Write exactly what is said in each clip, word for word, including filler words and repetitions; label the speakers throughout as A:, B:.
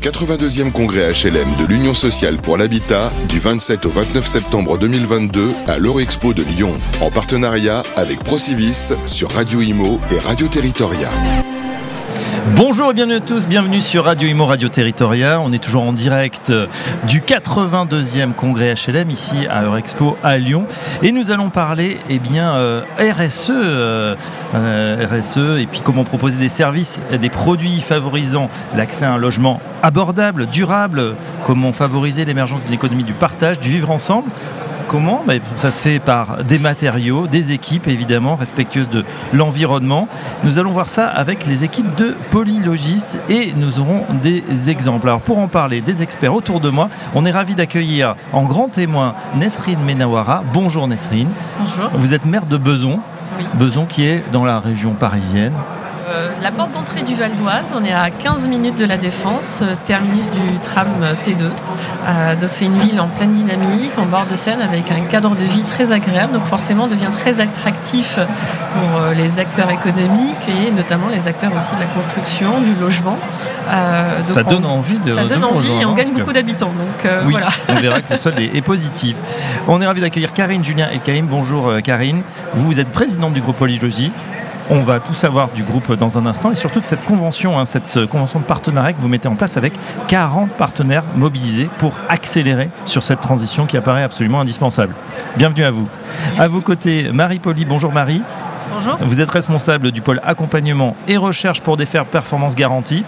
A: quatre-vingt-deuxième congrès H L M de l'Union sociale pour l'habitat du vingt-sept au vingt-neuf septembre deux mille vingt-deux à l'Eurexpo de Lyon, en partenariat avec Procivis sur Radio Imo et Radio Territoria.
B: Bonjour et bienvenue à tous, bienvenue sur Radio Imo, Radio Territoria. On est toujours en direct du quatre-vingt-deuxième congrès H L M ici à Eurexpo à Lyon. Et nous allons parler eh bien, euh, R S E, euh, euh, R S E et puis comment proposer des services et des produits favorisant l'accès à un logement abordable, durable, comment favoriser l'émergence d'une économie du partage, du vivre ensemble. Comment ? Ben, ça se fait par des matériaux, des équipes évidemment respectueuses de l'environnement. Nous allons voir ça avec les équipes de Polylogis et nous aurons des exemples. Alors pour en parler, des experts autour de moi, on est ravis d'accueillir en grand témoin Nesrine Menawara. Bonjour Nesrine.
C: Bonjour.
B: Vous êtes maire de Bezons.
C: Oui.
B: Bezons qui est dans la région parisienne.
C: Euh, la porte d'entrée du Val d'Oise, on est à quinze minutes de la Défense, euh, terminus du tram T deux. Euh, donc c'est une ville en pleine dynamique, en bord de Seine, avec un cadre de vie très agréable. Donc forcément, devient très attractif pour euh, les acteurs économiques et notamment les acteurs aussi de la construction, du logement.
B: Euh, donc ça donne
C: on,
B: envie de
C: Ça
B: de
C: donne envie et on gagne
B: donc.
C: beaucoup d'habitants. Donc euh,
B: oui,
C: voilà.
B: On verra que le solde est, est positif. On est ravis d'accueillir Karine, Julien et Kaïm. Bonjour euh, Karine. Vous, vous êtes présidente du groupe Polylogis. On va tout savoir du groupe dans un instant et surtout de cette convention, hein, cette convention de partenariat que vous mettez en place avec quarante partenaires mobilisés pour accélérer sur cette transition qui apparaît absolument indispensable. Bienvenue à vous. À vos côtés, Marie Poli. Bonjour Marie.
C: Bonjour.
B: Vous êtes responsable du pôle accompagnement et recherche pour des faire performance garantie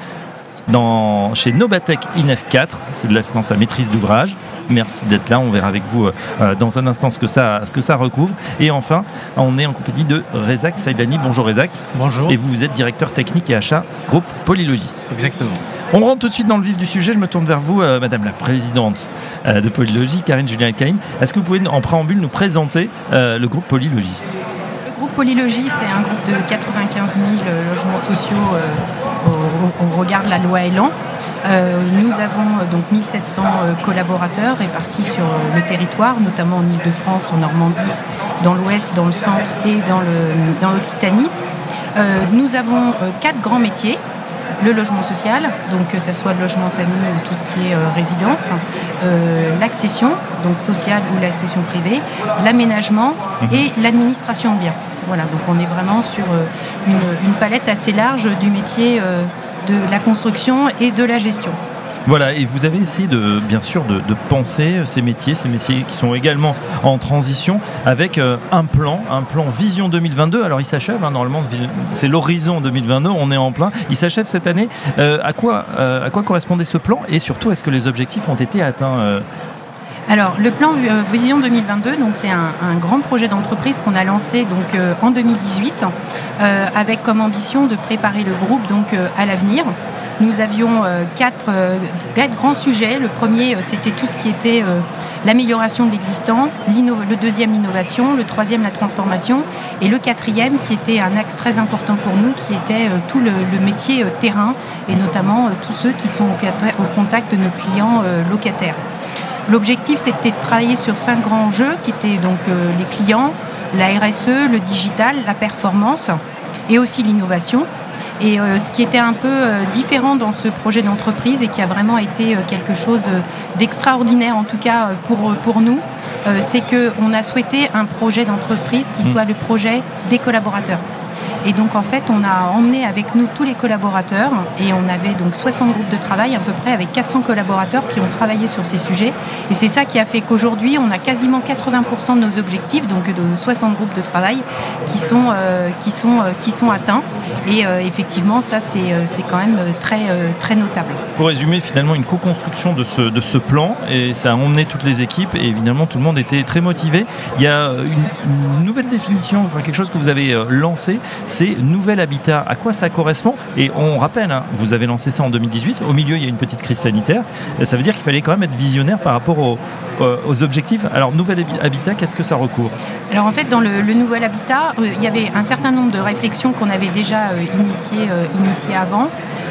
B: dans, chez Nobatec I N E F quatre, c'est de l'assistance à maîtrise d'ouvrage. Merci d'être là, on verra avec vous euh, dans un instant ce que, ça, ce que ça recouvre. Et enfin, on est en compagnie de Rezak Saïdani. Bonjour Rezak.
D: Bonjour.
B: Et vous, vous êtes directeur technique et achat groupe Polylogis.
D: Exactement.
B: On rentre tout de suite dans le vif du sujet. Je me tourne vers vous, euh, Madame la Présidente euh, de Polylogis, Karine, Julien et Kaïm. Est-ce que vous pouvez, en préambule, nous présenter euh, le groupe Polylogis ?
E: Le groupe Polylogis, c'est un groupe de quatre-vingt-quinze mille logements sociaux euh, au, au regard de la loi Elan. Euh, nous avons euh, donc mille sept cents euh, collaborateurs répartis sur euh, le territoire, notamment en Ile-de-France, en Normandie, dans l'Ouest, dans le Centre et dans, le, dans l'Occitanie. Euh, nous avons euh, quatre grands métiers. Le logement social, donc que ce soit le logement famille ou tout ce qui est euh, résidence, euh, l'accession, donc sociale ou l'accession privée, l'aménagement et l'administration de biens. Voilà, donc on est vraiment sur euh, une, une palette assez large du métier euh, de la construction et de la gestion.
B: Voilà, et vous avez essayé de, bien sûr, de, de penser ces métiers, ces métiers qui sont également en transition, avec euh, un plan, un plan Vision deux mille vingt-deux. Alors il s'achève, hein, normalement, c'est l'horizon deux mille vingt-deux, on est en plein. Il s'achève cette année. Euh, à quoi, euh, à quoi correspondait ce plan ? Et surtout, est-ce que les objectifs ont été atteints euh...
E: Alors, le plan euh, Vision deux mille vingt-deux, donc, c'est un, un grand projet d'entreprise qu'on a lancé donc, euh, en deux mille dix-huit, euh, avec comme ambition de préparer le groupe donc, euh, à l'avenir. Nous avions euh, quatre, euh, quatre grands sujets. Le premier, euh, c'était tout ce qui était euh, l'amélioration de l'existant, le deuxième, l'innovation, le troisième, la transformation, et le quatrième, qui était un axe très important pour nous, qui était euh, tout le, le métier euh, terrain, et notamment euh, tous ceux qui sont au, au contact de nos clients euh, locataires. L'objectif, c'était de travailler sur cinq grands enjeux, qui étaient donc euh, les clients, la R S E, le digital, la performance, et aussi l'innovation. Et euh, ce qui était un peu euh, différent dans ce projet d'entreprise et qui a vraiment été euh, quelque chose euh, d'extraordinaire, en tout cas euh, pour, pour nous, euh, c'est qu'on a souhaité un projet d'entreprise qui soit le projet des collaborateurs. Et donc en fait, on a emmené avec nous tous les collaborateurs et on avait donc soixante groupes de travail à peu près avec quatre cents collaborateurs qui ont travaillé sur ces sujets. Et c'est ça qui a fait qu'aujourd'hui, on a quasiment quatre-vingts pour cent de nos objectifs, donc de soixante groupes de travail qui sont, euh, qui sont, euh, qui sont atteints. Et euh, effectivement, ça, c'est, euh, c'est quand même très, euh, très notable.
B: Pour résumer, finalement, une co-construction de ce, de ce plan, et ça a emmené toutes les équipes, et évidemment, tout le monde était très motivé. Il y a une, une nouvelle définition, enfin, quelque chose que vous avez lancé, c'est Nouvel Habitat. À quoi ça correspond ? Et on rappelle, hein, vous avez lancé ça en deux mille dix-huit, au milieu, il y a une petite crise sanitaire, et ça veut dire qu'il fallait quand même être visionnaire par rapport aux, aux objectifs. Alors, Nouvel Habitat, qu'est-ce que ça recouvre ?
E: Alors, en fait, dans le, le Nouvel Habitat, euh, il y avait un certain nombre de réflexions qu'on avait déjà euh, initiées euh, initiées avant.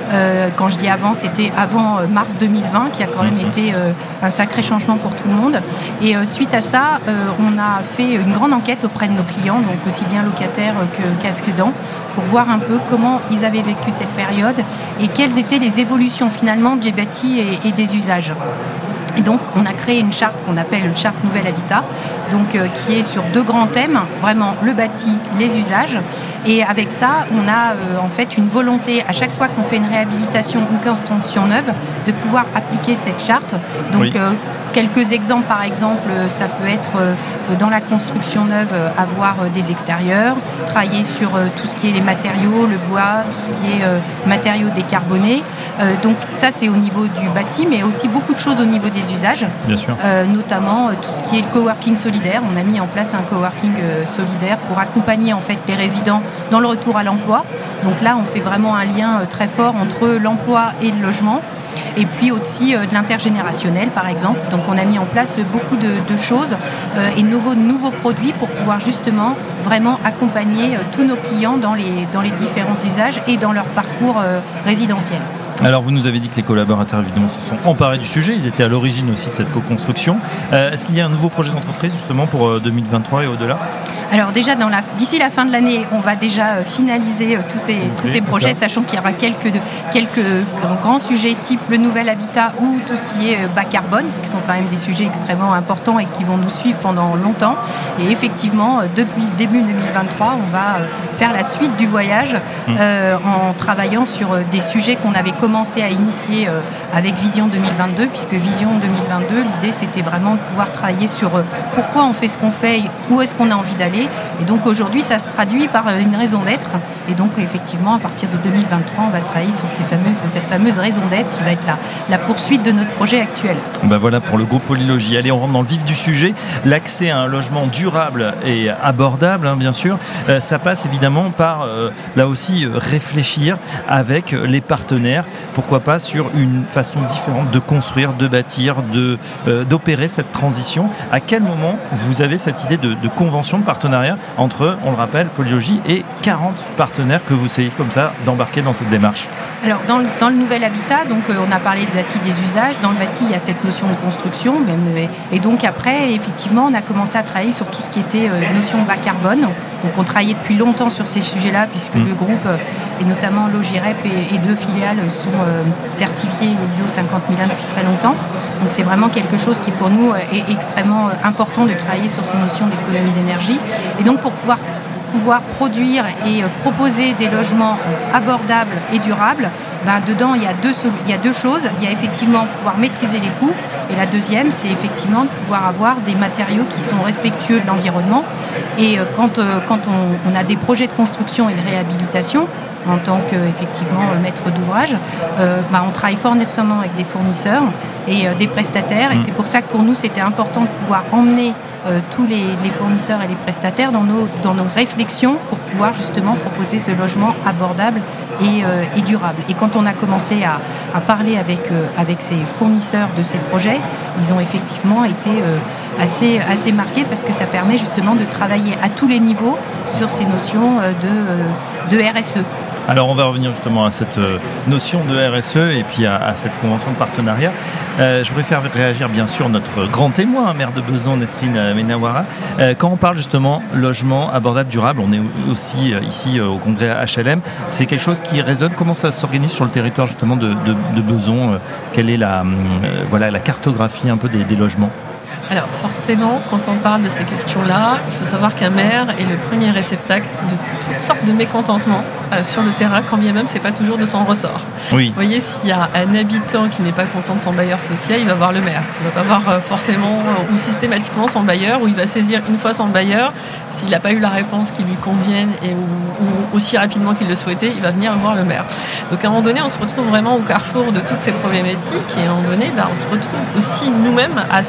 E: Euh, quand je dis avant, c'était avant euh, mars deux mille vingt, qui a quand même été euh, un sacré changement pour tout le monde. Et euh, suite à ça, euh, on a fait une grande enquête auprès de nos clients, donc aussi bien locataires que qu'accédants, pour voir un peu comment ils avaient vécu cette période et quelles étaient les évolutions finalement des bâtis et, et des usages. Et donc, on a créé une charte qu'on appelle une charte Nouvel Habitat, donc, euh, qui est sur deux grands thèmes, vraiment le bâti, les usages. Et avec ça, on a euh, en fait une volonté, à chaque fois qu'on fait une réhabilitation ou construction neuve, de pouvoir appliquer cette charte. Donc, oui. euh, Quelques exemples, par exemple, ça peut être euh, dans la construction neuve, euh, avoir euh, des extérieurs, travailler sur euh, tout ce qui est les matériaux, le bois, tout ce qui est euh, matériaux décarbonés. Euh, donc ça, c'est au niveau du bâti, mais aussi beaucoup de choses au niveau des usages.
B: Bien sûr.
E: Euh, notamment euh, tout ce qui est le coworking solidaire. On a mis en place un coworking euh, solidaire pour accompagner en fait les résidents dans le retour à l'emploi. Donc là, on fait vraiment un lien euh, très fort entre l'emploi et le logement. Et puis aussi euh, de l'intergénérationnel, par exemple. Donc on a mis en place beaucoup de, de choses euh, et de nouveaux, nouveaux produits pour pouvoir justement vraiment accompagner euh, tous nos clients dans les, dans les différents usages et dans leur parcours euh, résidentiel.
B: Alors vous nous avez dit que les collaborateurs évidemment se sont emparés du sujet, ils étaient à l'origine aussi de cette co-construction. Euh, est-ce qu'il y a un nouveau projet d'entreprise justement pour euh, deux mille vingt-trois et au-delà ?
E: Alors déjà, dans la, d'ici la fin de l'année, on va déjà finaliser tous ces, okay, tous ces projets, d'accord. Sachant qu'il y aura quelques, de, quelques grands sujets type le nouvel habitat ou tout ce qui est bas carbone, qui sont quand même des sujets extrêmement importants et qui vont nous suivre pendant longtemps. Et effectivement, depuis début deux mille vingt-trois, on va faire la suite du voyage mmh. euh, en travaillant sur des sujets qu'on avait commencé à initier euh, avec Vision deux mille vingt-deux, puisque Vision deux mille vingt-deux, l'idée c'était vraiment de pouvoir travailler sur euh, pourquoi on fait ce qu'on fait, où est-ce qu'on a envie d'aller. Et donc aujourd'hui, ça se traduit par une raison d'être. Et donc effectivement, à partir de deux mille vingt-trois, on va travailler sur ces fameuses, cette fameuse raison d'être qui va être la, la poursuite de notre projet actuel.
B: Ben voilà pour le groupe Polylogis. Allez, on rentre dans le vif du sujet. L'accès à un logement durable et abordable, hein, bien sûr, euh, ça passe évidemment par, euh, là aussi, euh, réfléchir avec les partenaires. Pourquoi pas sur une façon différente de construire, de bâtir, de, euh, d'opérer cette transition. À quel moment vous avez cette idée de, de convention, de partenariat entre, on le rappelle, Polylogis et quarante partenaires que vous essayez comme ça d'embarquer dans cette démarche?
E: Alors dans le, dans le nouvel habitat, donc euh, on a parlé de bâti des usages. Dans le bâti, il y a cette notion de construction, même, et donc après, effectivement, on a commencé à travailler sur tout ce qui était euh, notion bas carbone. Donc on travaillait depuis longtemps sur ces sujets-là, puisque mmh. le groupe, euh, et notamment Logirep et, et deux filiales, sont euh, certifiés I S O cinquante mille un depuis très longtemps. Donc c'est vraiment quelque chose qui pour nous est extrêmement important de travailler sur ces notions d'économie d'énergie. Et donc pour pouvoir pouvoir produire et euh, proposer des logements euh, abordables et durables, ben, dedans il y a deux il y a deux choses. Il y a effectivement pouvoir maîtriser les coûts, et la deuxième, c'est effectivement de pouvoir avoir des matériaux qui sont respectueux de l'environnement. Et euh, quand, euh, quand on, on a des projets de construction et de réhabilitation, en tant que effectivement maître d'ouvrage, euh, bah, on travaille fortement avec des fournisseurs et euh, des prestataires, et c'est pour ça que pour nous c'était important de pouvoir emmener euh, tous les, les fournisseurs et les prestataires dans nos, dans nos réflexions pour pouvoir justement proposer ce logement abordable et, euh, et durable. Et quand on a commencé à, à parler avec, euh, avec ces fournisseurs de ces projets, ils ont effectivement été euh, assez, assez marqués, parce que ça permet justement de travailler à tous les niveaux sur ces notions euh, de, euh, de R S E.
B: Alors on va revenir justement à cette notion de R S E et puis à, à cette convention de partenariat. Euh, je voudrais faire réagir bien sûr notre grand témoin, maire de Besançon, Nesrine Menawara. Euh, quand on parle justement logement abordable, durable, on est aussi euh, ici euh, au congrès H L M. C'est quelque chose qui résonne. Comment ça s'organise sur le territoire justement de, de, de Besançon euh, Quelle est la, euh, voilà, la cartographie un peu des, des logements?
C: Alors forcément, quand on parle de ces questions-là, il faut savoir qu'un maire est le premier réceptacle de toutes sortes de mécontentements euh, sur le terrain, quand bien même c'est pas toujours de son ressort.
B: Oui.
C: Vous voyez, s'il y a un habitant qui n'est pas content de son bailleur social, il va voir le maire. Il va pas voir euh, forcément euh, ou systématiquement son bailleur, ou il va saisir une fois son bailleur. S'il n'a pas eu la réponse qui lui convienne et ou, ou aussi rapidement qu'il le souhaitait, il va venir voir le maire. Donc à un moment donné, on se retrouve vraiment au carrefour de toutes ces problématiques, et à un moment donné, bah, on se retrouve aussi nous-mêmes à solliciter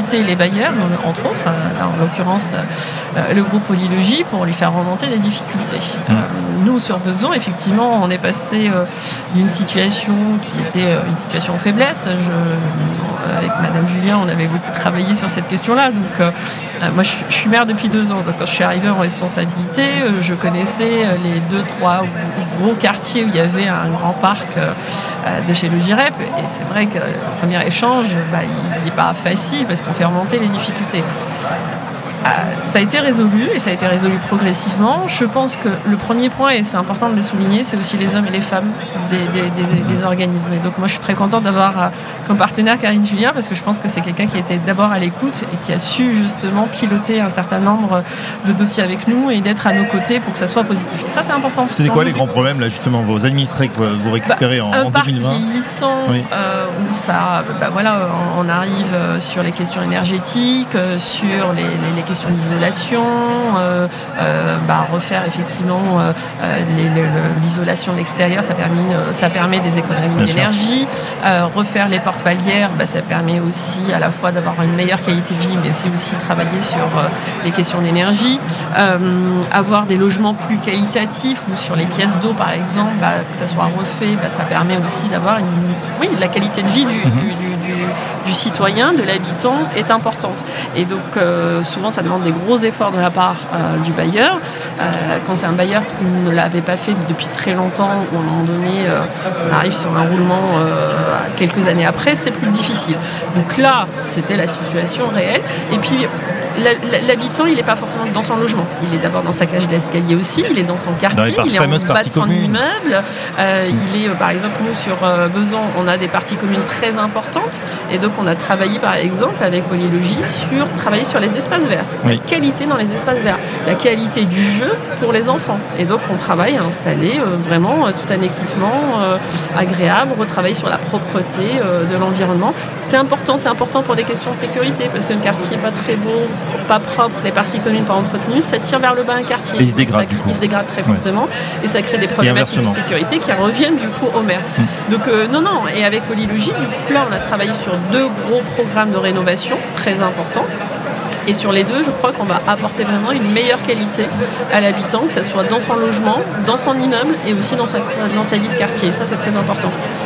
C: solliciter les bailleurs, entre autres, là, en l'occurrence euh, le groupe Polylogie, pour lui faire remonter des difficultés. Mmh. Euh, nous, sur Besançon, effectivement, on est passé euh, d'une situation qui était euh, une situation de faiblesse. Je, avec Madame Julien, on avait beaucoup travaillé sur cette question-là. Donc, euh, moi, je, je suis maire depuis deux ans. Donc, quand je suis arrivée en responsabilité, euh, je connaissais les deux, trois gros quartiers où il y avait un grand parc euh, de chez le GIREP. Et c'est vrai que le premier échange, bah, il n'est pas facile parce qu'on fait remonter les difficultés. Euh, ça a été résolu et ça a été résolu progressivement. Je pense que le premier point, et c'est important de le souligner, c'est aussi les hommes et les femmes des, des, des, des organismes. Et donc moi je suis très contente d'avoir euh, comme partenaire Karine Julien, parce que je pense que c'est quelqu'un qui était d'abord à l'écoute et qui a su justement piloter un certain nombre de dossiers avec nous et d'être à nos côtés pour que ça soit positif. Et ça c'est important.
B: C'était quoi les grands problèmes là justement, vos administrés que vous récupérez bah, en, en deux mille vingt?
C: Un parc vieillissant, oui. euh, où ça, bah, voilà, on arrive sur les questions énergétiques, sur les, les, les questions d'isolation, euh, euh, bah, refaire effectivement euh, les, les, l'isolation de l'extérieur, ça, permet, ça permet des économies d'énergie. Euh, refaire les portes palières, bah, ça permet aussi à la fois d'avoir une meilleure qualité de vie, mais aussi, aussi travailler sur euh, les questions d'énergie. Euh, avoir des logements plus qualitatifs, ou sur les pièces d'eau par exemple, bah, que ça soit refait, bah, ça permet aussi d'avoir une, oui, la qualité de vie du, mm-hmm. du, du, du, du citoyen, de l'habitant est importante. Et donc euh, souvent ça demande des gros efforts de la part euh, du bailleur. Euh, quand c'est un bailleur qui ne l'avait pas fait depuis très longtemps, ou à un moment donné euh, on arrive sur un roulement euh, quelques années après, c'est plus difficile. Donc là, c'était la situation réelle. Et puis l'habitant, il n'est pas forcément dans son logement. Il est d'abord dans sa cage d'escalier aussi, il est dans son quartier, il est en bas de son immeuble. Euh, mmh. Il est, par exemple, nous, sur euh, Besançon, on a des parties communes très importantes. Et donc, on a travaillé, par exemple, avec Polylogie, sur travailler sur les espaces verts. Oui. La qualité dans les espaces verts. La qualité du jeu pour les enfants. Et donc, on travaille à installer euh, vraiment euh, tout un équipement euh, agréable, retravailler sur la propreté euh, de l'environnement. C'est important, c'est important pour des questions de sécurité, parce qu'un quartier n'est pas très beau, pas propre, les parties communes pas entretenues, ça tire vers le bas un quartier.
B: Et il se dégrade,
C: ça, il se dégrade très fortement, ouais. Et ça crée des problématiques de sécurité qui reviennent du coup au maire. Mmh. Donc euh, non, non, et avec Polylogie, du coup là on a travaillé sur deux gros programmes de rénovation très importants. Et sur les deux, je crois qu'on va apporter vraiment une meilleure qualité à l'habitant, que ce soit dans son logement, dans son immeuble et aussi dans sa, dans sa vie de quartier. Ça, c'est très important.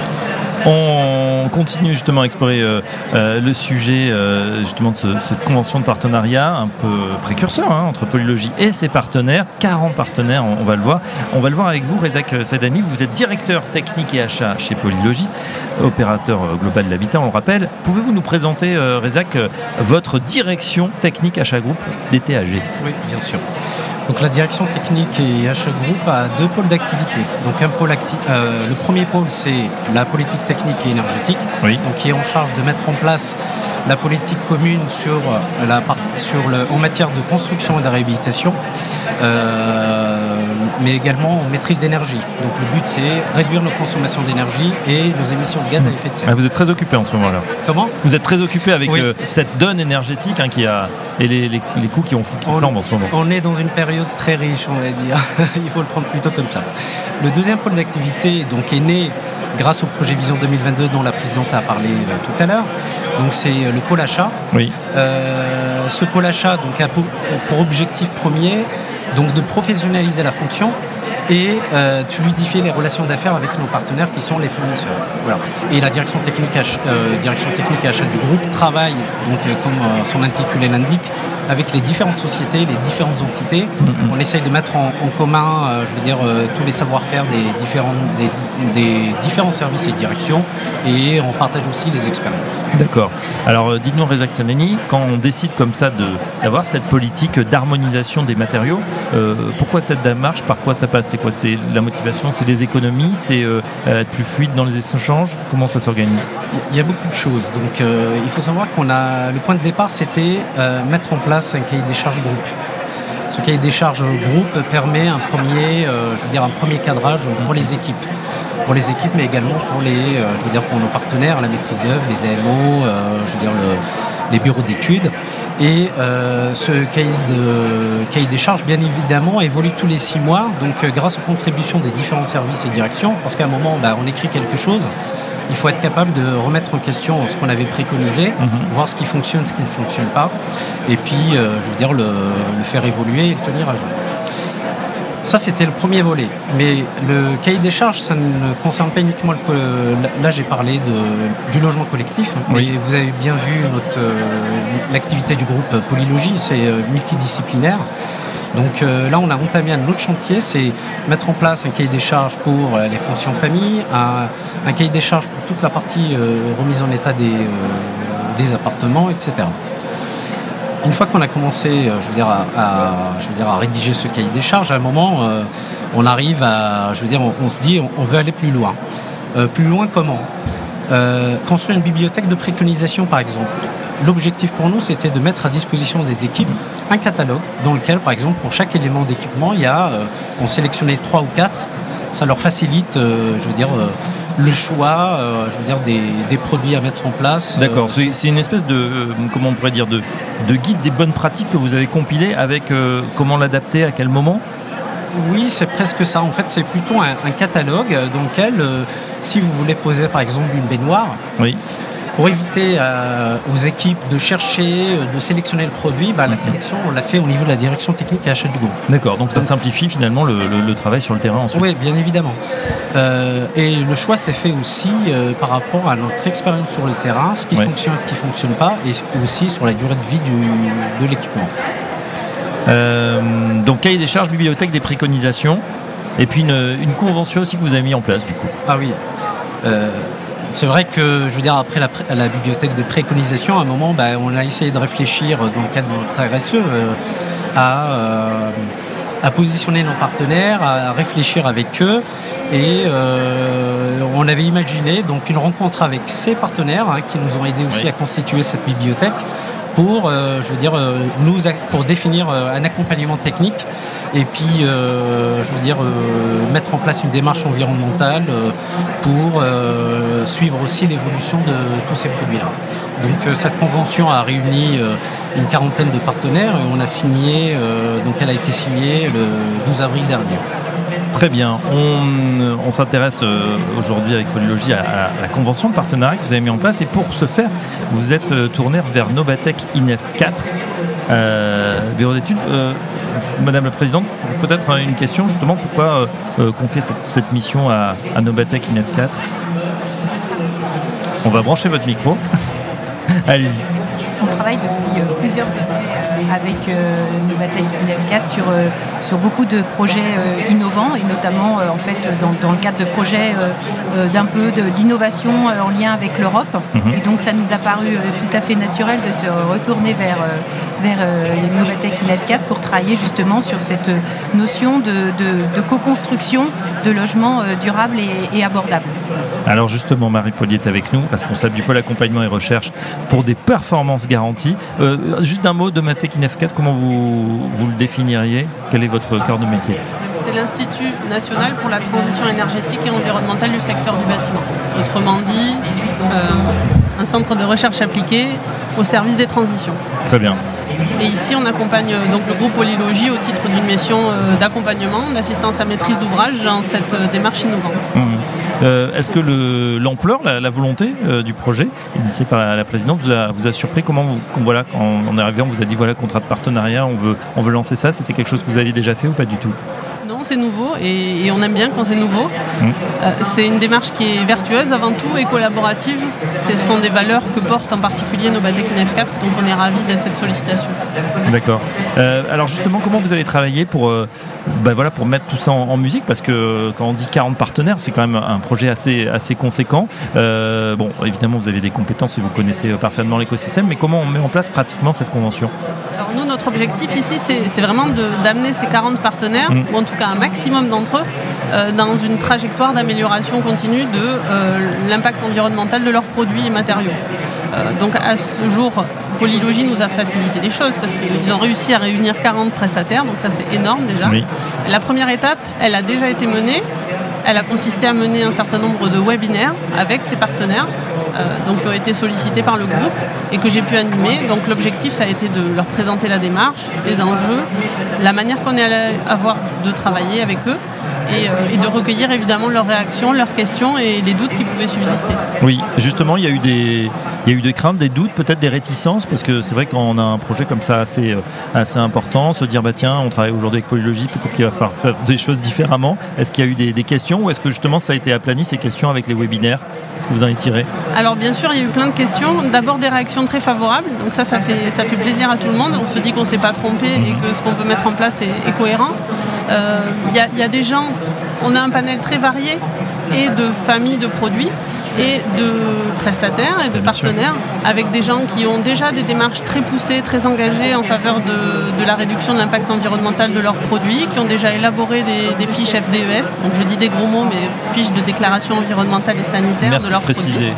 B: On continue justement à explorer euh, euh, le sujet euh, justement de ce, cette convention de partenariat un peu précurseur hein, entre Polylogie et ses partenaires. quarante partenaires, on, on va le voir. On va le voir avec vous, Rezak Saidani. Vous êtes directeur technique et achat chez Polylogie, opérateur global de l'habitat, on le rappelle. Pouvez-vous nous présenter, euh, Rezak, votre direction technique achat groupe des T A G?
D: Oui, bien sûr. Donc la direction technique et achat groupe a deux pôles d'activité. Donc un pôle acti- euh, le premier pôle, c'est la politique technique et énergétique, oui. Donc qui est en charge de mettre en place la politique commune sur la part- sur le, en matière de construction et de réhabilitation, euh, mais également en maîtrise d'énergie. Donc le but, c'est réduire nos consommations d'énergie et nos émissions de gaz à effet de serre.
B: Ah, vous êtes très occupé en ce moment-là.
D: Comment ?
B: Vous êtes très occupé avec
D: oui.
B: euh, cette donne énergétique hein, qui a, et les, les, les coûts qui, ont, qui
D: on,
B: flambent en ce moment.
D: On est dans une période très riche, on va dire. Il faut le prendre plutôt comme ça. Le deuxième pôle d'activité donc, est né grâce au projet Vision deux mille vingt-deux dont la présidente a parlé euh, tout à l'heure. Donc c'est le pôle achat.
B: Oui.
D: Euh, ce pôle achat donc, a pour, pour objectif premier donc, de professionnaliser la fonction et euh, de fluidifier les relations d'affaires avec nos partenaires qui sont les fournisseurs. Voilà. Et la direction technique, ach- euh, direction technique et achat du groupe travaille, donc, euh, comme euh, son intitulé l'indique, avec les différentes sociétés, les différentes entités. Mm-hmm. On essaye de mettre en, en commun, euh, je veux dire, euh, tous les savoir-faire des différents, des, des différents services et directions, et on partage aussi les expériences.
B: D'accord. Alors, euh, dites-nous, Rezak Saidani, quand on décide comme ça de, d'avoir cette politique d'harmonisation des matériaux, euh, pourquoi cette démarche, par quoi ça passe? C'est quoi? C'est la motivation, c'est les économies, c'est euh, être plus fluide dans les échanges? Comment ça s'organise?
D: Il y a beaucoup de choses. Donc, euh, il faut savoir qu'on a le point de départ, c'était euh, mettre en place un cahier des charges groupe. Ce cahier des charges groupe permet un premier, euh, je veux dire, un premier cadrage pour les équipes, pour les équipes, mais également pour les, euh, je veux dire, pour nos partenaires, la maîtrise d'œuvre, les A M O, euh, je veux dire, le, les bureaux d'études. Et euh, ce cahier, de, cahier des charges, bien évidemment, évolue tous les six mois, donc euh, grâce aux contributions des différents services et directions, parce qu'à un moment, bah, on écrit quelque chose, il faut être capable de remettre en question ce qu'on avait préconisé, mm-hmm. voir ce qui fonctionne, ce qui ne fonctionne pas, et puis, euh, je veux dire, le, le faire évoluer et le tenir à jour. Ça, c'était le premier volet. Mais le cahier des charges, ça ne concerne pas uniquement le... Là, j'ai parlé de, du logement collectif, oui. mais vous avez bien vu notre, euh, l'activité du groupe Polylogie, c'est euh, multidisciplinaire. Donc euh, là, on a entamé un autre chantier, c'est mettre en place un cahier des charges pour euh, les pensions famille, un, un cahier des charges pour toute la partie euh, remise en état des, euh, des appartements, et cetera. Une fois qu'on a commencé, euh, je veux dire, à, à, je veux dire, à rédiger ce cahier des charges, à un moment, euh, on arrive à, je veux dire, on, on se dit, on, on veut aller plus loin. Euh, plus loin comment ? euh, Construire une bibliothèque de préconisation, par exemple. L'objectif pour nous, c'était de mettre à disposition des équipes un catalogue dans lequel, par exemple, pour chaque élément d'équipement, il y a, euh, on sélectionnait trois ou quatre. Ça leur facilite, euh, je veux dire, euh, le choix, euh, je veux dire, des, des produits à mettre en place.
B: D'accord.
D: Euh,
B: c'est, c'est une espèce de, euh, comment on pourrait dire, de, de guide des bonnes pratiques que vous avez compilé avec euh, comment l'adapter, à quel moment ?
D: Oui, c'est presque ça. En fait, c'est plutôt un, un catalogue dans lequel, euh, si vous voulez poser, par exemple, une baignoire. Oui. Pour éviter euh, aux équipes de chercher, de sélectionner le produit, bah, la sélection, on l'a fait au niveau de la direction technique et achat du groupe.
B: D'accord, donc ça donc, simplifie finalement le, le, le travail sur le terrain ensuite.
D: Oui, bien évidemment. Euh, et le choix s'est fait aussi euh, par rapport à notre expérience sur le terrain, ce qui ouais. fonctionne, ce qui ne fonctionne pas, et aussi sur la durée de vie du, de l'équipement.
B: Euh, donc cahier des charges, bibliothèque, des préconisations, et puis une, une convention aussi que vous avez mis en place du coup.
D: Ah oui. Euh, C'est vrai que, je veux dire, après la, la bibliothèque de préconisation, à un moment, bah, on a essayé de réfléchir dans le cadre de notre R S E euh, à, euh, à positionner nos partenaires, à réfléchir avec eux. Et euh, on avait imaginé donc une rencontre avec ces partenaires hein, qui nous ont aidés aussi oui. à constituer cette bibliothèque pour, euh, je veux dire, euh, nous, pour définir euh, un accompagnement technique et puis, euh, je veux dire, euh, mettre en place une démarche environnementale euh, pour euh, suivre aussi l'évolution de tous ces produits-là. Donc, euh, cette convention a réuni euh, une quarantaine de partenaires et on a signé, euh, donc elle a été signée le douze avril dernier.
B: Très bien. On, on s'intéresse euh, aujourd'hui avec Polylogie à, à la convention de partenariat que vous avez mis en place. Et pour ce faire, vous êtes euh, tourné vers Nobatech I N E F quatre, euh, bureau d'études. Euh, Madame la Présidente, peut-être une question justement. Pourquoi euh, confier cette, cette mission à, à Nobatech I N E F quatre ? On va brancher votre micro. Allez-y.
E: On travaille depuis euh, plusieurs années avec euh, Nobatech I N E F quatre sur, euh, sur beaucoup de projets euh, innovants et notamment euh, en fait dans, dans le cadre de projets euh, euh, d'un peu de, d'innovation euh, en lien avec l'Europe. Mm-hmm. Et donc ça nous a paru euh, tout à fait naturel de se retourner vers, euh, vers euh, Nobatech I N E F quatre pour travailler justement sur cette notion de, de, de co-construction de logements euh, durables et, et abordables.
B: Alors justement, Marie Paulier est avec nous, responsable du pôle accompagnement et recherche pour des performances garanties. Euh, juste un mot de Nobatech I N E F quatre, comment vous, vous le définiriez ? Quel est votre cœur de métier ?
C: C'est l'Institut national pour la transition énergétique et environnementale du secteur du bâtiment. Autrement dit, euh, un centre de recherche appliquée au service des transitions.
B: Très bien.
C: Et ici, on accompagne donc le groupe Polylogie au titre d'une mission euh, d'accompagnement, d'assistance à maîtrise d'ouvrage dans cette euh, démarche innovante.
B: Mmh. Euh, est-ce que le, l'ampleur, la, la volonté euh, du projet, initié par la, la présidente, vous a, vous a surpris ? Comment vous, voilà, quand on est arrivé, on vous a dit voilà, contrat de partenariat, on veut, on veut lancer ça. C'était quelque chose que vous aviez déjà fait ou pas du tout ?
C: Non, c'est nouveau et, et on aime bien quand c'est nouveau. Mmh. Euh, c'est une démarche qui est vertueuse avant tout et collaborative. Ce sont des valeurs que porte en particulier Nobatech I N E F quatre, donc on est ravis de cette sollicitation.
B: D'accord. Euh, alors justement, comment vous avez travaillé pour, euh, bah voilà, pour mettre tout ça en, en musique ? Parce que quand on dit quarante partenaires, c'est quand même un projet assez, assez conséquent. Euh, bon, évidemment, vous avez des compétences et vous connaissez parfaitement l'écosystème, mais comment on met en place pratiquement cette convention ?
C: Alors nous, notre objectif ici, c'est, c'est vraiment de, d'amener ces quarante partenaires, mmh. ou en tout cas un maximum d'entre eux, euh, dans une trajectoire d'amélioration continue de euh, l'impact environnemental de leurs produits et matériaux. Euh, donc à ce jour, Polylogie nous a facilité les choses parce qu'ils ont réussi à réunir quarante prestataires, donc ça c'est énorme déjà. Oui. La première étape, elle a déjà été menée. Elle a consisté à mener un certain nombre de webinaires avec ses partenaires, euh, donc qui ont été sollicités par le groupe et que j'ai pu animer. Donc l'objectif, ça a été de leur présenter la démarche, les enjeux, la manière qu'on allait avoir de travailler avec eux,
F: et, euh, et de recueillir évidemment leurs réactions, leurs questions et les doutes qui pouvaient subsister.
B: Oui, justement, il y a eu des, il y a eu des craintes, des doutes, peut-être des réticences, parce que c'est vrai quand on a un projet comme ça assez, assez important, se dire bah tiens, on travaille aujourd'hui avec Polylogie, peut-être qu'il va falloir faire des choses différemment. Est-ce qu'il y a eu des, des questions ou est-ce que justement ça a été aplani ces questions avec les webinaires? Est-ce que vous en avez tiré?
F: Alors bien sûr, il y a eu plein de questions. D'abord des réactions très favorables, donc ça, ça fait, ça fait plaisir à tout le monde. On se dit qu'on ne s'est pas trompé et que ce qu'on veut mettre en place est, est cohérent. Euh, il y a, il y a des gens, on a un panel très varié et de familles de produits et de prestataires et de partenaires, avec des gens qui ont déjà des démarches très poussées, très engagées en faveur de, de la réduction de l'impact environnemental de leurs produits, qui ont déjà élaboré des, des fiches F D E S, donc je dis des gros mots, mais fiches de déclaration environnementale et sanitaire.
B: Merci
F: de leurs
B: de préciser.
F: produits.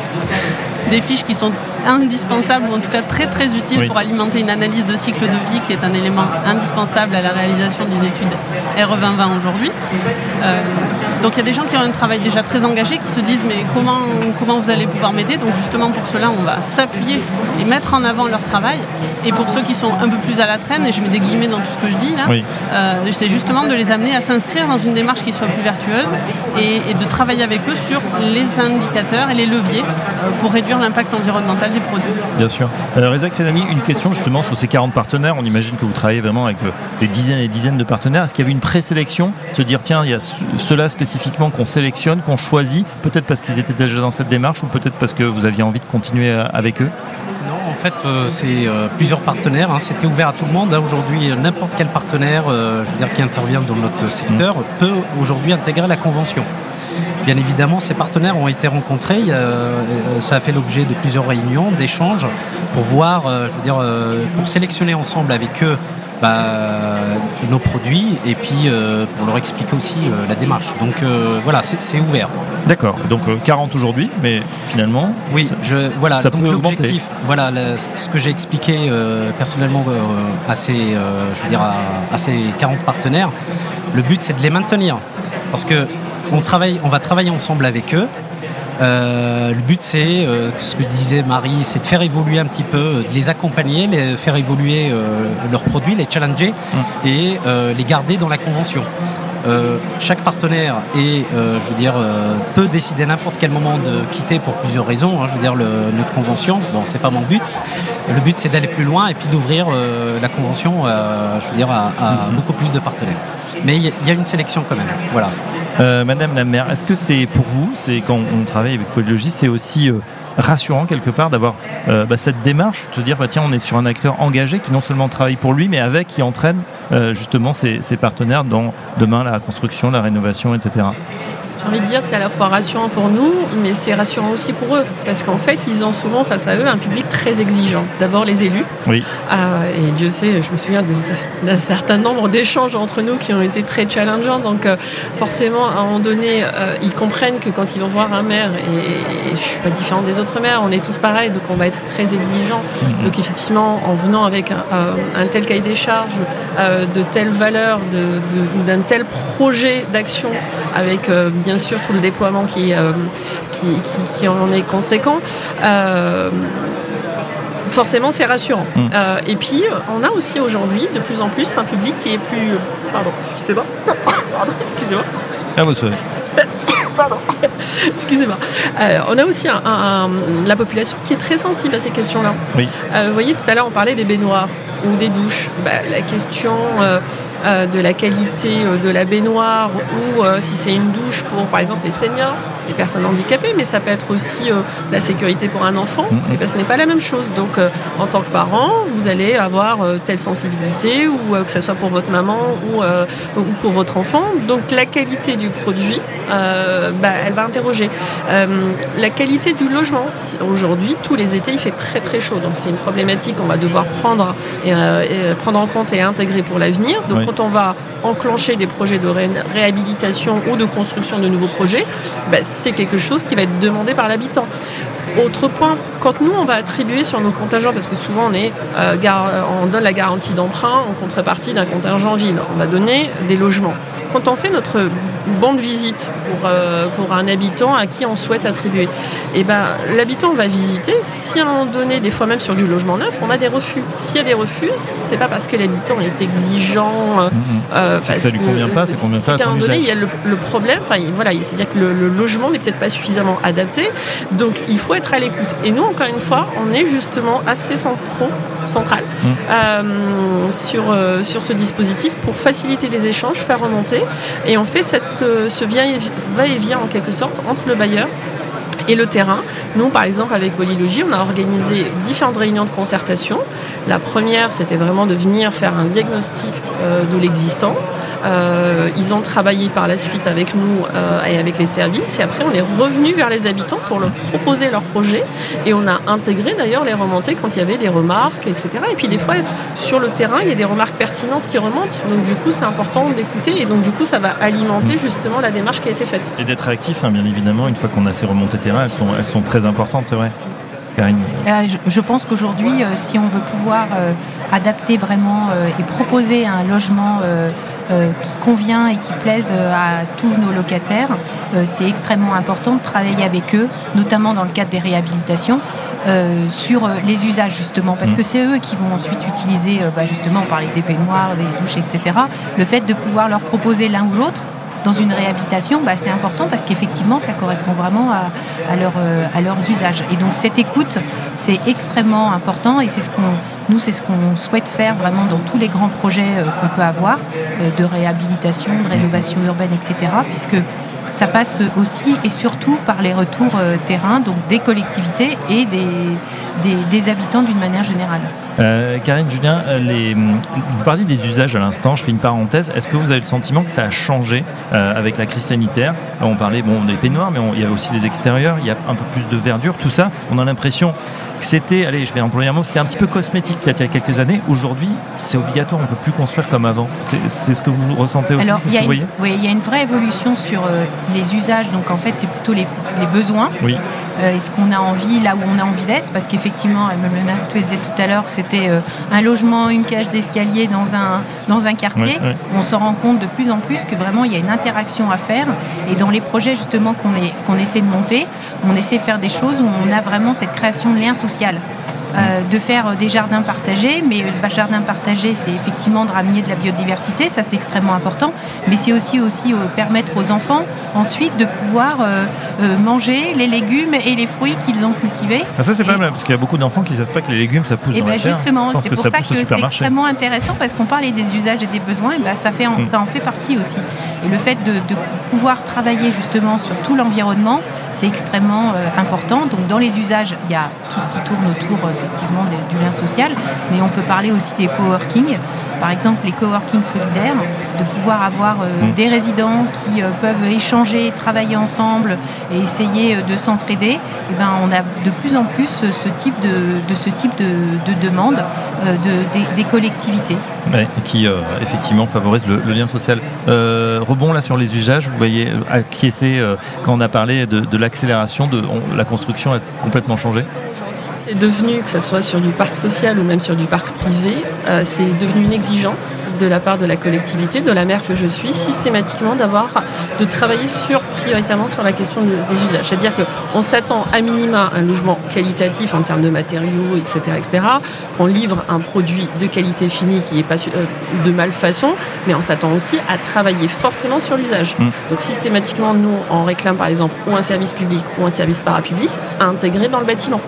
F: Des fiches qui sont indispensables, ou en tout cas très très utiles, oui, pour alimenter une analyse de cycle de vie qui est un élément indispensable à la réalisation d'une étude R E vingt vingt aujourd'hui. Euh, donc il y a des gens qui ont un travail déjà très engagé, qui se disent mais comment, comment vous allez pouvoir m'aider? Donc justement pour cela on va s'appuyer et mettre en avant leur travail. Et pour ceux qui sont un peu plus à la traîne, et je mets des guillemets dans tout ce que je dis là, oui, euh, c'est justement de les amener à s'inscrire dans une démarche qui soit plus vertueuse et, et de travailler avec eux sur les indicateurs et les leviers euh, pour réduire l'impact environnemental des produits.
B: Bien sûr. Euh, Reza Ksenani, une question justement sur ces quarante partenaires. On imagine que vous travaillez vraiment avec euh, des dizaines et des dizaines de partenaires. Est-ce qu'il y avait une présélection? Se dire tiens, il y a ceux-là spécifiquement qu'on sélectionne, qu'on choisit, peut-être parce qu'ils étaient déjà dans cette démarche ou peut-être parce que vous aviez envie de continuer euh, avec eux?
D: En fait, euh, c'est euh, plusieurs partenaires. Hein, c'était ouvert à tout le monde. Hein. Aujourd'hui, n'importe quel partenaire, euh, je veux dire, qui intervient dans notre secteur, mmh. peut aujourd'hui intégrer la convention. Bien évidemment, ces partenaires ont été rencontrés. Euh, ça a fait l'objet de plusieurs réunions, d'échanges, pour voir, euh, je veux dire, euh, pour sélectionner ensemble avec eux bah, nos produits et puis euh, pour leur expliquer aussi euh, la démarche. Donc euh, voilà, c'est, c'est ouvert.
B: D'accord. Donc euh, quarante aujourd'hui, mais finalement,
D: oui,
B: ça,
D: je, voilà.
B: ça
D: donc
B: peut
D: l'objectif,
B: augmenter.
D: Voilà, le, ce que j'ai expliqué euh, personnellement euh, à ces, euh, je veux dire, à, à ces quarante partenaires. Le but, c'est de les maintenir, parce que on travaille, on va travailler ensemble avec eux. Euh, le but, c'est, euh, ce que disait Marie, c'est de faire évoluer un petit peu, de les accompagner, les, faire évoluer euh, leurs produits, les challenger mmh. et euh, les garder dans la convention. Euh, chaque partenaire est, euh, je veux dire, euh, peut décider à n'importe quel moment de quitter pour plusieurs raisons. Hein, je veux dire, le, notre convention, bon, c'est pas mon but. Le but, c'est d'aller plus loin et puis d'ouvrir euh, la convention, euh, je veux dire, à, à mmh. beaucoup plus de partenaires. Mais il y, y a une sélection quand même. Voilà.
B: Euh, Madame la maire, est-ce que c'est pour vous, c'est quand on travaille avec Polylogie, c'est aussi euh, rassurant quelque part d'avoir euh, bah, cette démarche, de se dire bah, tiens, on est sur un acteur engagé qui non seulement travaille pour lui, mais avec, qui entraîne euh, justement ses, ses partenaires dans demain la construction, la rénovation, et cetera.
C: J'ai envie de dire c'est à la fois rassurant pour nous, mais c'est rassurant aussi pour eux, parce qu'en fait, ils ont souvent face à eux un public très exigeant. D'abord les élus,
B: oui.
C: euh, et Dieu sait, je me souviens d'un certain nombre d'échanges entre nous qui ont été très challengeants, donc euh, forcément, à un moment donné, euh, ils comprennent que quand ils vont voir un maire, et, et je ne suis pas différente des autres maires, on est tous pareils, donc on va être très exigeants. Mm-hmm. Donc effectivement, en venant avec un, un, un tel cahier des charges, euh, de telles valeurs, de, de, d'un tel projet d'action, avec euh, bien sûr tout le déploiement qui, euh, qui, qui, qui en est conséquent, euh, forcément c'est rassurant. Mmh. Euh, et puis on a aussi aujourd'hui de plus en plus un public qui est plus... Pardon, excusez-moi. Pardon, excusez-moi.
B: Ah, vous savez.
C: Pardon. Excusez-moi. Euh, on a aussi un, un, un, la population qui est très sensible à ces questions-là.
B: Oui.
C: Euh, vous voyez, tout à l'heure on parlait des baignoires ou des douches. Bah, la question... Euh, Euh, de la qualité euh, de la baignoire ou euh, si c'est une douche pour par exemple les seniors, les personnes handicapées, mais ça peut être aussi euh, la sécurité pour un enfant, mmh. et ben, ce n'est pas la même chose. Donc euh, en tant que parent, vous allez avoir euh, telle sensibilité, ou euh, que ce soit pour votre maman ou, euh, ou pour votre enfant. Donc la qualité du produit, euh, bah, elle va interroger. Euh, la qualité du logement, aujourd'hui, tous les étés, il fait très très chaud, donc c'est une problématique qu'on va devoir prendre, et, euh, et prendre en compte et intégrer pour l'avenir. Donc oui. Quand on va enclencher des projets de ré- réhabilitation ou de construction de nouveaux projets, bah, c'est quelque chose qui va être demandé par l'habitant. Autre point, quand nous on va attribuer sur nos contingents, parce que souvent on, est, euh, gar- on donne la garantie d'emprunt en contrepartie d'un contingent ville, on va donner des logements. Quand on fait notre, bon de visite pour, euh, pour un habitant à qui on souhaite attribuer. Et ben, l'habitant va visiter. Si à un moment donné, des fois même sur du logement neuf, on a des refus. S'il y a des refus, c'est pas parce que l'habitant est exigeant.
B: Mmh. Euh, c'est que ça lui convient pas, c'est convient pas à son usage. À un moment donné,
C: il y a le, le problème. Enfin, voilà, c'est-à-dire que le, le logement n'est peut-être pas suffisamment adapté. Donc, il faut être à l'écoute. Et nous, encore une fois, on est justement assez centraux, central mmh. euh, sur, euh, sur ce dispositif pour faciliter les échanges, faire remonter. Et on fait cette, euh, ce va-et-vient en quelque sorte entre le bailleur et le terrain. Nous, par exemple, avec Polylogie, on a organisé différentes réunions de concertation. La première, c'était vraiment de venir faire un diagnostic euh, de l'existant. Euh, ils ont travaillé par la suite avec nous euh, et avec les services. Et après, on est revenu vers les habitants pour leur proposer leur projet. Et on a intégré d'ailleurs les remontées quand il y avait des remarques, et cetera. Et puis des fois, sur le terrain, il y a des remarques pertinentes qui remontent. Donc du coup, c'est important d'écouter. Et donc du coup, ça va alimenter justement la démarche qui a été faite.
B: Et d'être réactif, hein, bien évidemment, une fois qu'on a ces remontées terrain, elles sont, elles sont très importantes, c'est vrai. Karine.
E: Euh, je, je pense qu'aujourd'hui, euh, si on veut pouvoir euh, adapter vraiment euh, et proposer un logement euh, euh, qui convient et qui plaise euh, à tous nos locataires, euh, c'est extrêmement important de travailler avec eux, notamment dans le cadre des réhabilitations, euh, sur euh, les usages justement, parce mmh. que c'est eux qui vont ensuite utiliser, euh, bah, justement, on parlait des baignoires, des douches, et cetera. Le fait de pouvoir leur proposer l'un ou l'autre dans une réhabilitation, bah, c'est important parce qu'effectivement, ça correspond vraiment à, à, leur, euh, à leurs usages. Et donc, cette écoute, c'est extrêmement important et c'est ce qu'on, nous, c'est ce qu'on souhaite faire vraiment dans tous les grands projets euh, qu'on peut avoir, euh, de réhabilitation, de rénovation urbaine, et cetera, puisque ça passe aussi et surtout par les retours euh, terrain, donc des collectivités et des, des, des habitants d'une manière générale.
B: Euh, Karine, Julien, les, vous parliez des usages à l'instant, je fais une parenthèse. Est-ce que vous avez le sentiment que ça a changé euh, avec la crise sanitaire ? On parlait bon, des peignoirs, mais on, il y a aussi les extérieurs, il y a un peu plus de verdure, tout ça. On a l'impression que c'était, allez, je vais employer un mot, c'était un petit peu cosmétique il y a quelques années. Aujourd'hui, c'est obligatoire, on ne peut plus construire comme avant. C'est, c'est ce que vous ressentez aussi,
E: Alors,
B: c'est ce que vous voyez ?
E: Oui, il y a une vraie évolution sur euh, les usages. Donc, en fait, c'est plutôt les, les besoins.
B: Oui.
E: Euh, est-ce qu'on a envie, là où on a envie d'être ? Parce qu'effectivement, même le tu disais tout à l'heure que c'était euh, un logement, une cage d'escalier dans un, dans un quartier. Oui, oui. On se rend compte de plus en plus que vraiment, il y a une interaction à faire. Et dans les projets, justement, qu'on, est, qu'on essaie de monter, on essaie de faire des choses où on a vraiment cette création de lien social. Euh, de faire des jardins partagés, mais le jardin partagé, c'est effectivement de ramener de la biodiversité, ça c'est extrêmement important, mais c'est aussi, aussi euh, permettre aux enfants ensuite de pouvoir euh, euh, manger les légumes et les fruits qu'ils ont cultivés.
B: Ah, ça c'est
E: et,
B: pas mal, parce qu'il y a beaucoup d'enfants qui ne savent pas que les légumes ça pousse
E: et
B: dans
E: ben
B: la terre.
E: Justement, c'est
B: que
E: pour
B: ça,
E: ça que c'est extrêmement intéressant, parce qu'on parlait des usages et des besoins, et ben ça, fait en, mmh. ça en fait partie aussi. Et le fait de, de pouvoir travailler justement sur tout l'environnement, c'est extrêmement euh, important. Donc dans les usages, il y a tout ce qui tourne autour euh, effectivement du lien social, mais on peut parler aussi des coworking, par exemple les coworking solidaires, de pouvoir avoir euh, mmh. des résidents qui euh, peuvent échanger, travailler ensemble et essayer euh, de s'entraider. Et ben, on a de plus en plus ce type de, de, ce type de, de demande euh, de, des, des collectivités.
B: Ouais, qui euh, effectivement favorise le, le lien social. Euh, rebond là sur les usages, vous voyez acquiescer euh, quand on a parlé de, de l'accélération, de on, la construction a complètement changé.
C: C'est devenu, que ce soit sur du parc social ou même sur du parc privé, euh, c'est devenu une exigence de la part de la collectivité, de la maire que je suis, systématiquement d'avoir, de travailler sur, prioritairement sur la question de, des usages. C'est-à-dire qu'on s'attend à minima à un logement qualitatif en termes de matériaux, et cetera, et cetera, qu'on livre un produit de qualité finie qui n'est pas euh, de malfaçon, mais on s'attend aussi à travailler fortement sur l'usage. Mmh. Donc systématiquement, nous, on réclame par exemple ou un service public ou un service parapublic à intégrer dans le bâtiment.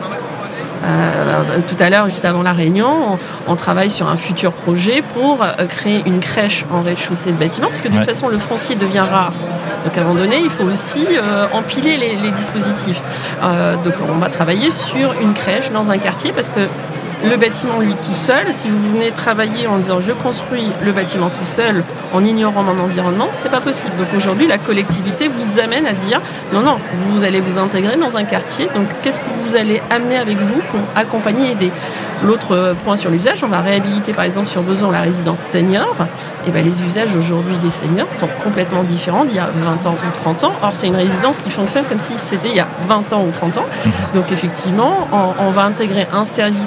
C: Euh, tout à l'heure, juste avant la réunion, on, on travaille sur un futur projet pour euh, créer une crèche en rez-de-chaussée de bâtiment, parce que de toute ouais. façon, le foncier devient rare. Donc à un moment donné, il faut aussi euh, empiler les, les dispositifs. Euh, donc on va travailler sur une crèche dans un quartier, parce que le bâtiment, lui, tout seul, si vous venez travailler en disant je construis le bâtiment tout seul en ignorant mon environnement, c'est pas possible. Donc aujourd'hui, la collectivité vous amène à dire non, non, vous allez vous intégrer dans un quartier, donc qu'est-ce que vous allez amener avec vous pour accompagner et aider. L'autre point sur l'usage, on va réhabiliter par exemple sur Besançon la résidence senior. Et ben, les usages aujourd'hui des seniors sont complètement différents d'il y a vingt ans ou trente ans. Or, c'est une résidence qui fonctionne comme si c'était il y a vingt ans ou trente ans. Donc effectivement, on, on va intégrer un service médical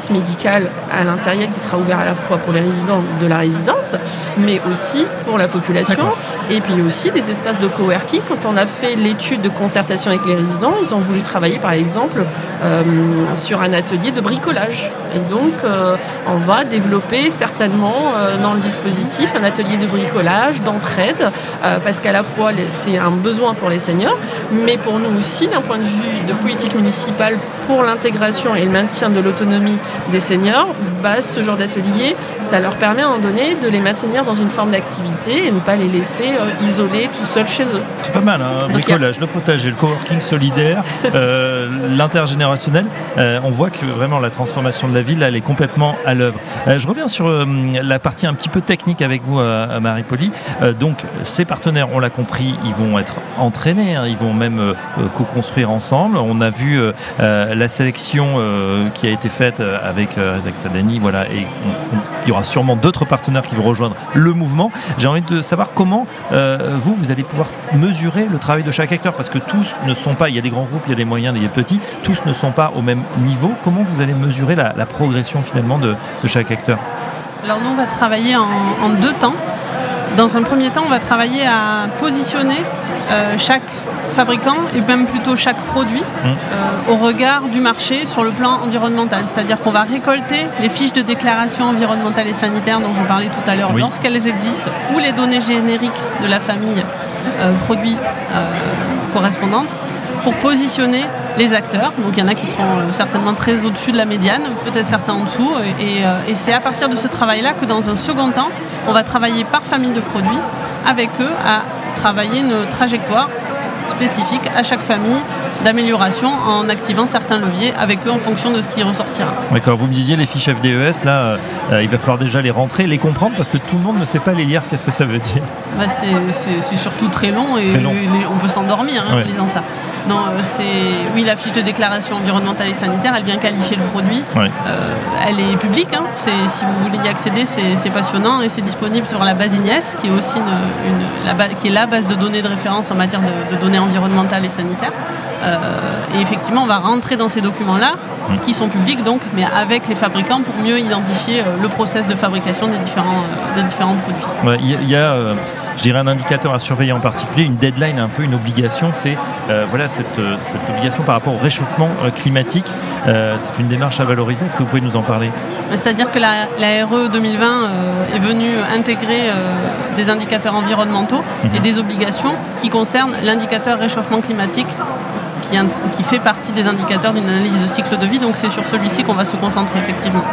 C: local à l'intérieur qui sera ouvert à la fois pour les résidents de la résidence, mais aussi pour la population. D'accord. Et puis aussi des espaces de coworking. Quand on a fait l'étude de concertation avec les résidents, ils ont voulu travailler par exemple euh, sur un atelier de bricolage. Et donc euh, on va développer certainement euh, dans le dispositif un atelier de bricolage, d'entraide, euh, parce qu'à la fois c'est un besoin pour les seniors, mais pour nous aussi d'un point de vue de politique municipale pour l'intégration et le maintien de l'autonomie des seniors, bah, ce genre d'atelier, ça leur permet à un moment donné de les maintenir dans une forme d'activité et ne pas les laisser euh, isolés tout seuls chez eux.
B: C'est pas mal, hein, le bricolage, a... le potager, le coworking solidaire, euh, l'intergénérationnel. Euh, on voit que vraiment la transformation de la ville, elle est complètement à l'œuvre. Euh, je reviens sur euh, la partie un petit peu technique avec vous, euh, Marie-Paulie. Euh, donc, ces partenaires, on l'a compris, ils vont être entraînés, hein, ils vont même euh, co-construire ensemble. On a vu euh, euh, la sélection euh, qui a été faite avec euh, Razak Sadani, voilà, et on, on, il y aura sûrement d'autres partenaires qui vont rejoindre le mouvement. J'ai envie de savoir comment euh, vous, vous allez pouvoir mesurer le travail de chaque acteur, parce que tous ne sont pas, il y a des grands groupes, il y a des moyens, des petits, tous ne sont pas au même niveau. Comment vous allez mesurer la, la progression finalement de, de chaque acteur ?
F: Alors nous, on va travailler en, en deux temps. Dans un premier temps, on va travailler à positionner euh, chaque fabricant et même plutôt chaque produit mmh. euh, au regard du marché sur le plan environnemental. C'est-à-dire qu'on va récolter les fiches de déclaration environnementale et sanitaire dont je parlais tout à l'heure, oui. lorsqu'elles existent, ou les données génériques de la famille euh, produits euh, correspondantes, pour positionner les acteurs. Donc il y en a qui seront euh, certainement très au-dessus de la médiane, peut-être certains en dessous. Et, et, euh, et c'est à partir de ce travail-là que dans un second temps, on va travailler par famille de produits avec eux à travailler une trajectoire spécifique à chaque famille d'amélioration en activant certains leviers avec eux en fonction de ce qui ressortira.
B: D'accord, vous me disiez les fiches F D E S, là, euh, il va falloir déjà les rentrer, les comprendre, parce que tout le monde ne sait pas les lire. Qu'est-ce que ça veut dire ?
F: Bah c'est, c'est, c'est surtout très long et très long. Les, on peut s'endormir hein, ouais. en lisant ça. Non, c'est, oui, la fiche de déclaration environnementale et sanitaire, elle vient qualifier le produit. Ouais. Euh, elle est publique. Hein. C'est, si vous voulez y accéder, c'est, c'est passionnant et c'est disponible sur la base I N E S, qui est aussi une, une, la, qui est la base de données de référence en matière de, de données environnementales et sanitaires. Euh, et effectivement, on va rentrer dans ces documents-là, mmh. qui sont publics, donc, mais avec les fabricants pour mieux identifier euh, le process de fabrication des différents, euh, des différents produits.
B: Il ouais, y, y a, euh, je dirais, un indicateur à surveiller en particulier, une deadline, un peu une obligation, c'est euh, voilà, cette, euh, cette obligation par rapport au réchauffement euh, climatique. Euh, c'est une démarche à valoriser. Est-ce que vous pouvez nous en parler ?
F: C'est-à-dire que la, la R E deux mille vingt euh, est venue intégrer euh, des indicateurs environnementaux mmh. et des obligations qui concernent l'indicateur réchauffement climatique, Qui, qui fait partie des indicateurs d'une analyse de cycle de vie, donc c'est sur celui-ci qu'on va se concentrer effectivement.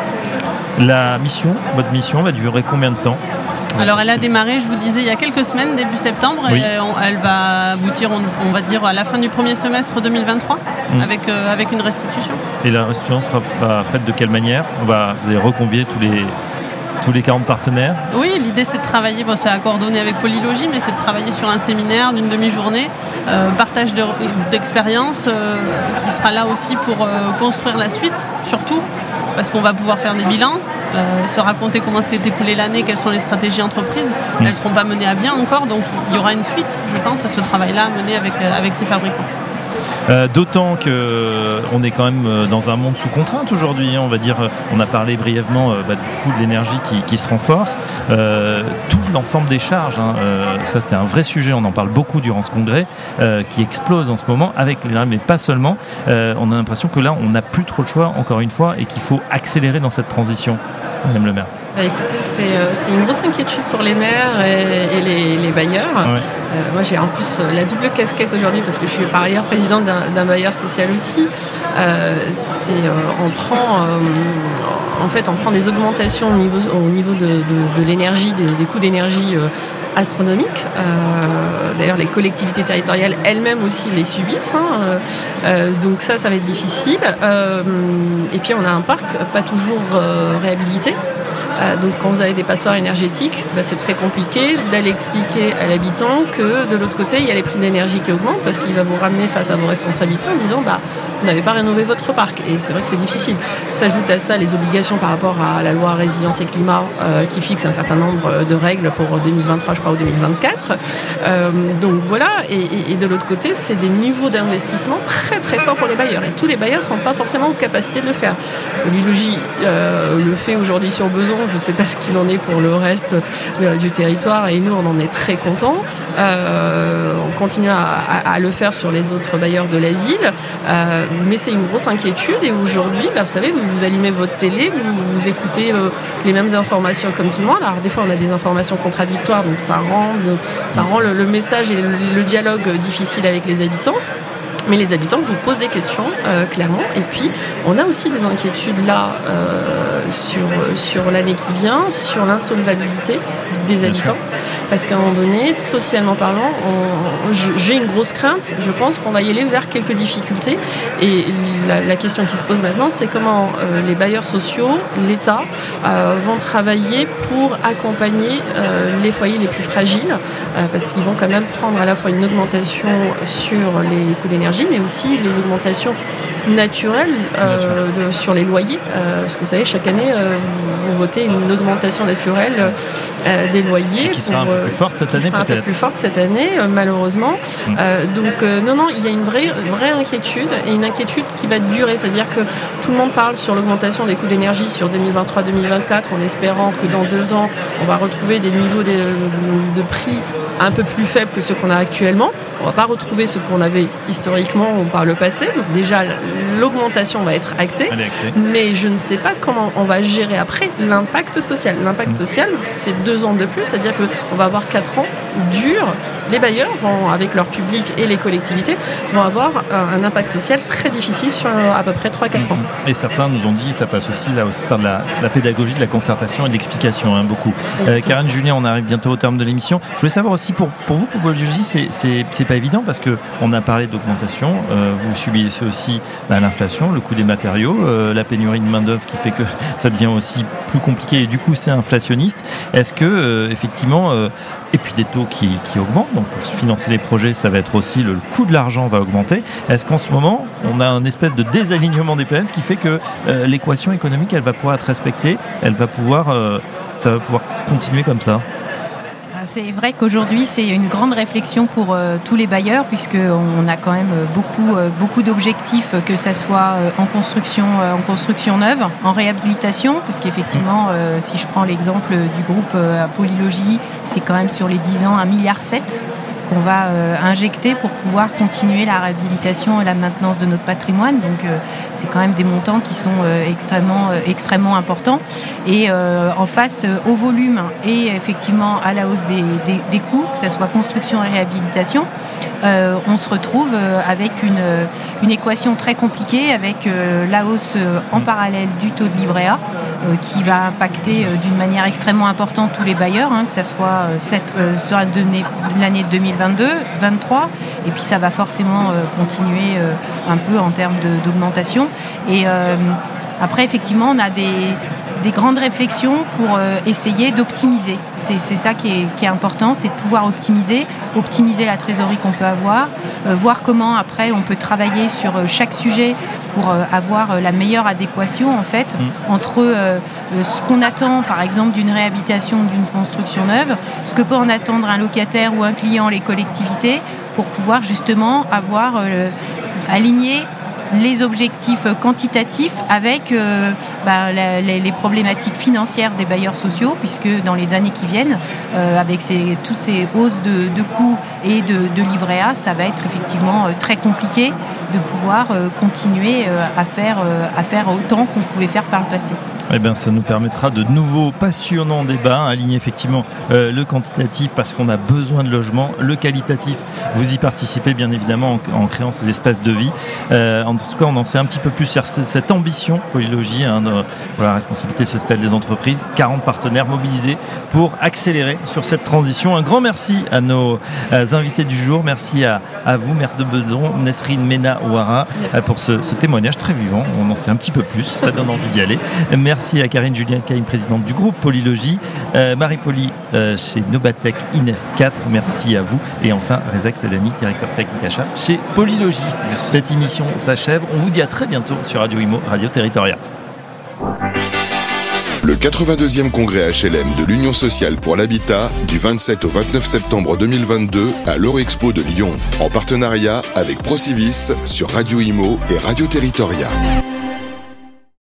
B: La mission, votre mission va durer combien de temps ?
F: Alors elle a démarré, je vous disais, il y a quelques semaines, début septembre, oui. et on, elle va aboutir, on, on va dire, à la fin du premier semestre deux mille vingt-trois, mmh. avec, euh, avec une restitution. Et la restitution sera faite de quelle manière ? On va vous allez reconvier tous les... tous les quarante partenaires ? Oui, l'idée c'est de travailler, bon, c'est à coordonner avec Polylogie, mais c'est de travailler sur un séminaire d'une demi-journée, euh, partage de, d'expérience euh, qui sera là aussi pour euh, construire la suite, surtout, parce qu'on va pouvoir faire des bilans, euh, se raconter comment s'est écoulée l'année, quelles sont les stratégies entreprises. Mmh. Elles ne seront pas menées à bien encore, donc il y aura une suite, je pense, à ce travail-là à mener avec, euh, avec ces fabricants.
B: Euh, d'autant qu'on euh, est quand même dans un monde sous contrainte aujourd'hui, hein, on va dire, on a parlé brièvement euh, bah, du coût de l'énergie qui, qui se renforce, euh, tout l'ensemble des charges, hein, euh, ça c'est un vrai sujet, on en parle beaucoup durant ce congrès, euh, qui explose en ce moment, avec l'énergie, mais pas seulement, euh, on a l'impression que là on n'a plus trop de choix, encore une fois, et qu'il faut accélérer dans cette transition. Madame le maire.
C: Bah écoutez, c'est, euh, c'est une grosse inquiétude pour les maires et, et les, les bailleurs. Ouais. Euh, moi, j'ai en plus la double casquette aujourd'hui parce que je suis par ailleurs présidente d'un, d'un bailleur social aussi. Euh, c'est, euh, on prend, euh, en fait, on prend des augmentations au niveau, au niveau de, de, de l'énergie, des, des coûts d'énergie euh, astronomiques. Euh, d'ailleurs, les collectivités territoriales elles-mêmes aussi les subissent. Hein. Euh, donc ça, ça va être difficile. Euh, et puis, on a un parc pas toujours euh, réhabilité. Euh, donc quand vous avez des passoires énergétiques, bah, c'est très compliqué d'aller expliquer à l'habitant que de l'autre côté, il y a les prix d'énergie qui augmentent parce qu'il va vous ramener face à vos responsabilités en disant bah, vous n'avez pas rénové votre parc. Et c'est vrai que c'est difficile. S'ajoute à ça les obligations par rapport à la loi résilience et climat euh, qui fixe un certain nombre de règles pour deux mille vingt-trois, je crois, ou deux mille vingt-quatre. Euh, donc voilà. Et, et, et de l'autre côté, c'est des niveaux d'investissement très très forts pour les bailleurs. Et tous les bailleurs ne sont pas forcément en capacité de le faire. Polylogie euh, le fait aujourd'hui sur Besançon. Je ne sais pas ce qu'il en est pour le reste euh, du territoire. Et nous, on en est très contents. Euh, on continue à, à, à le faire sur les autres bailleurs de la ville. Euh, mais c'est une grosse inquiétude. Et aujourd'hui, bah, vous savez, vous, vous allumez votre télé, vous, vous écoutez euh, les mêmes informations comme tout le monde. Alors des fois, on a des informations contradictoires, donc ça rend, de, ça rend le, le message et le, le dialogue difficile avec les habitants. Mais les habitants vous posent des questions, euh, clairement. Et puis, on a aussi des inquiétudes là euh, sur, sur l'année qui vient, sur l'insolvabilité des habitants. Parce qu'à un moment donné, socialement parlant, on, j'ai une grosse crainte. Je pense qu'on va y aller vers quelques difficultés. Et la, la question qui se pose maintenant, c'est comment euh, les bailleurs sociaux, l'État, euh, vont travailler pour accompagner euh, les foyers les plus fragiles. Euh, parce qu'ils vont quand même prendre à la fois une augmentation sur les coûts d'énergie, mais aussi les augmentations naturelles euh, de, sur les loyers. Euh, parce que vous savez, chaque année, euh, vous, vous votez une augmentation naturelle euh, des loyers.
B: Et qui sera pour, un peu plus forte cette année,
C: peut-être. un peu plus forte cette année, euh, malheureusement. Mmh. Euh, donc, euh, non, non, il y a une vraie, vraie inquiétude, et une inquiétude qui va durer. C'est-à-dire que tout le monde parle sur l'augmentation des coûts d'énergie sur deux mille vingt-trois deux mille vingt-quatre, en espérant que dans deux ans, on va retrouver des niveaux de, de prix un peu plus faibles que ceux qu'on a actuellement. On ne va pas retrouver ce qu'on avait historiquement ou par le passé. Donc déjà, l'augmentation va être actée, actée. Mais je ne sais pas comment on va gérer après l'impact social. L'impact mmh. social, c'est deux ans de plus. C'est-à-dire qu'on va avoir quatre ans durs. Les bailleurs, vont, avec leur public et les collectivités, vont avoir un impact social très difficile sur à peu près trois à quatre ans.
B: Et certains nous ont dit, ça passe aussi là aussi par de la, la pédagogie, de la concertation et de l'explication, hein, beaucoup. Euh, Karine Julien, on arrive bientôt au terme de l'émission. Je voulais savoir aussi, pour, pour vous, pour Polylogie, c'est, c'est, c'est pas évident parce qu'on a parlé d'augmentation, euh, vous subissez aussi bah, l'inflation, le coût des matériaux, euh, la pénurie de main-d'œuvre qui fait que ça devient aussi plus compliqué et du coup c'est inflationniste. Est-ce que, euh, effectivement, euh, et puis des taux qui, qui augmentent, donc pour financer les projets, ça va être aussi le, le coût de l'argent va augmenter. Est-ce qu'en ce moment, on a un espèce de désalignement des planètes qui fait que euh, l'équation économique, elle va pouvoir être respectée, elle va pouvoir, euh, ça va pouvoir continuer comme ça?
E: C'est vrai qu'aujourd'hui, c'est une grande réflexion pour euh, tous les bailleurs, puisqu'on a quand même beaucoup, euh, beaucoup d'objectifs, que ce soit euh, en, construction, euh, en construction neuve, en réhabilitation, parce qu'effectivement, euh, si je prends l'exemple du groupe euh, Polylogie, c'est quand même sur les dix ans un milliard sept qu'on va euh, injecter pour pouvoir continuer la réhabilitation et la maintenance de notre patrimoine. Donc euh, c'est quand même des montants qui sont euh, extrêmement, euh, extrêmement importants. Et euh, en face euh, au volume et effectivement à la hausse des, des, des coûts, que ce soit construction et réhabilitation, euh, on se retrouve euh, avec une, une équation très compliquée, avec euh, la hausse euh, en parallèle du taux de livret A, euh, qui va impacter euh, d'une manière extrêmement importante tous les bailleurs, hein, que ce soit euh, cette, euh, sur l'année deux mille vingt-deux vingt-trois, et puis ça va forcément euh, continuer euh, un peu en termes de, d'augmentation. Et euh, après, effectivement, on a des, des grandes réflexions pour euh, essayer d'optimiser. C'est, c'est ça qui est, qui est important, c'est de pouvoir optimiser, optimiser la trésorerie qu'on peut avoir, euh, voir comment après on peut travailler sur euh, chaque sujet pour euh, avoir euh, la meilleure adéquation en fait mmh. entre euh, euh, ce qu'on attend par exemple d'une réhabilitation, d'une construction neuve, ce que peut en attendre un locataire ou un client, les collectivités, pour pouvoir justement avoir euh, aligné les objectifs quantitatifs avec euh, bah, la, les, les problématiques financières des bailleurs sociaux, puisque dans les années qui viennent, euh, avec ces, tous ces hausses de, de coûts et de, de livret A, ça va être effectivement euh, très compliqué de pouvoir euh, continuer euh, à, faire, euh, à faire autant qu'on pouvait faire par le passé.
B: Eh bien, ça nous permettra de nouveaux passionnants débats, aligner effectivement euh, le quantitatif parce qu'on a besoin de logements, le qualitatif, vous y participez bien évidemment en, en créant ces espaces de vie. Euh, en tout cas, on en sait un petit peu plus sur cette ambition Polylogie, hein, de, pour la responsabilité sociétale des entreprises. quarante partenaires mobilisés pour accélérer sur cette transition. Un grand merci à nos euh, invités du jour. Merci à, à vous, maire de Besançon, Nesrine Mena Ouara, euh, pour ce, ce témoignage très vivant. On en sait un petit peu plus, ça donne envie d'y aller. Merci merci à Karine Julien Caïm, présidente du groupe Polylogie, euh, Marie-Poli euh, chez Nobatech I N E F quatre, merci à vous. Et enfin, Rezak Sedani, directeur technique achat chez Polylogie. Merci. Cette émission s'achève. On vous dit à très bientôt sur Radio Imo, Radio Territoria.
A: Le quatre-vingt-deuxième congrès H L M de l'Union sociale pour l'habitat du vingt-sept au vingt-neuf septembre deux mille vingt-deux à l'Eurexpo de Lyon, en partenariat avec Procivis sur Radio Imo et Radio Territoria.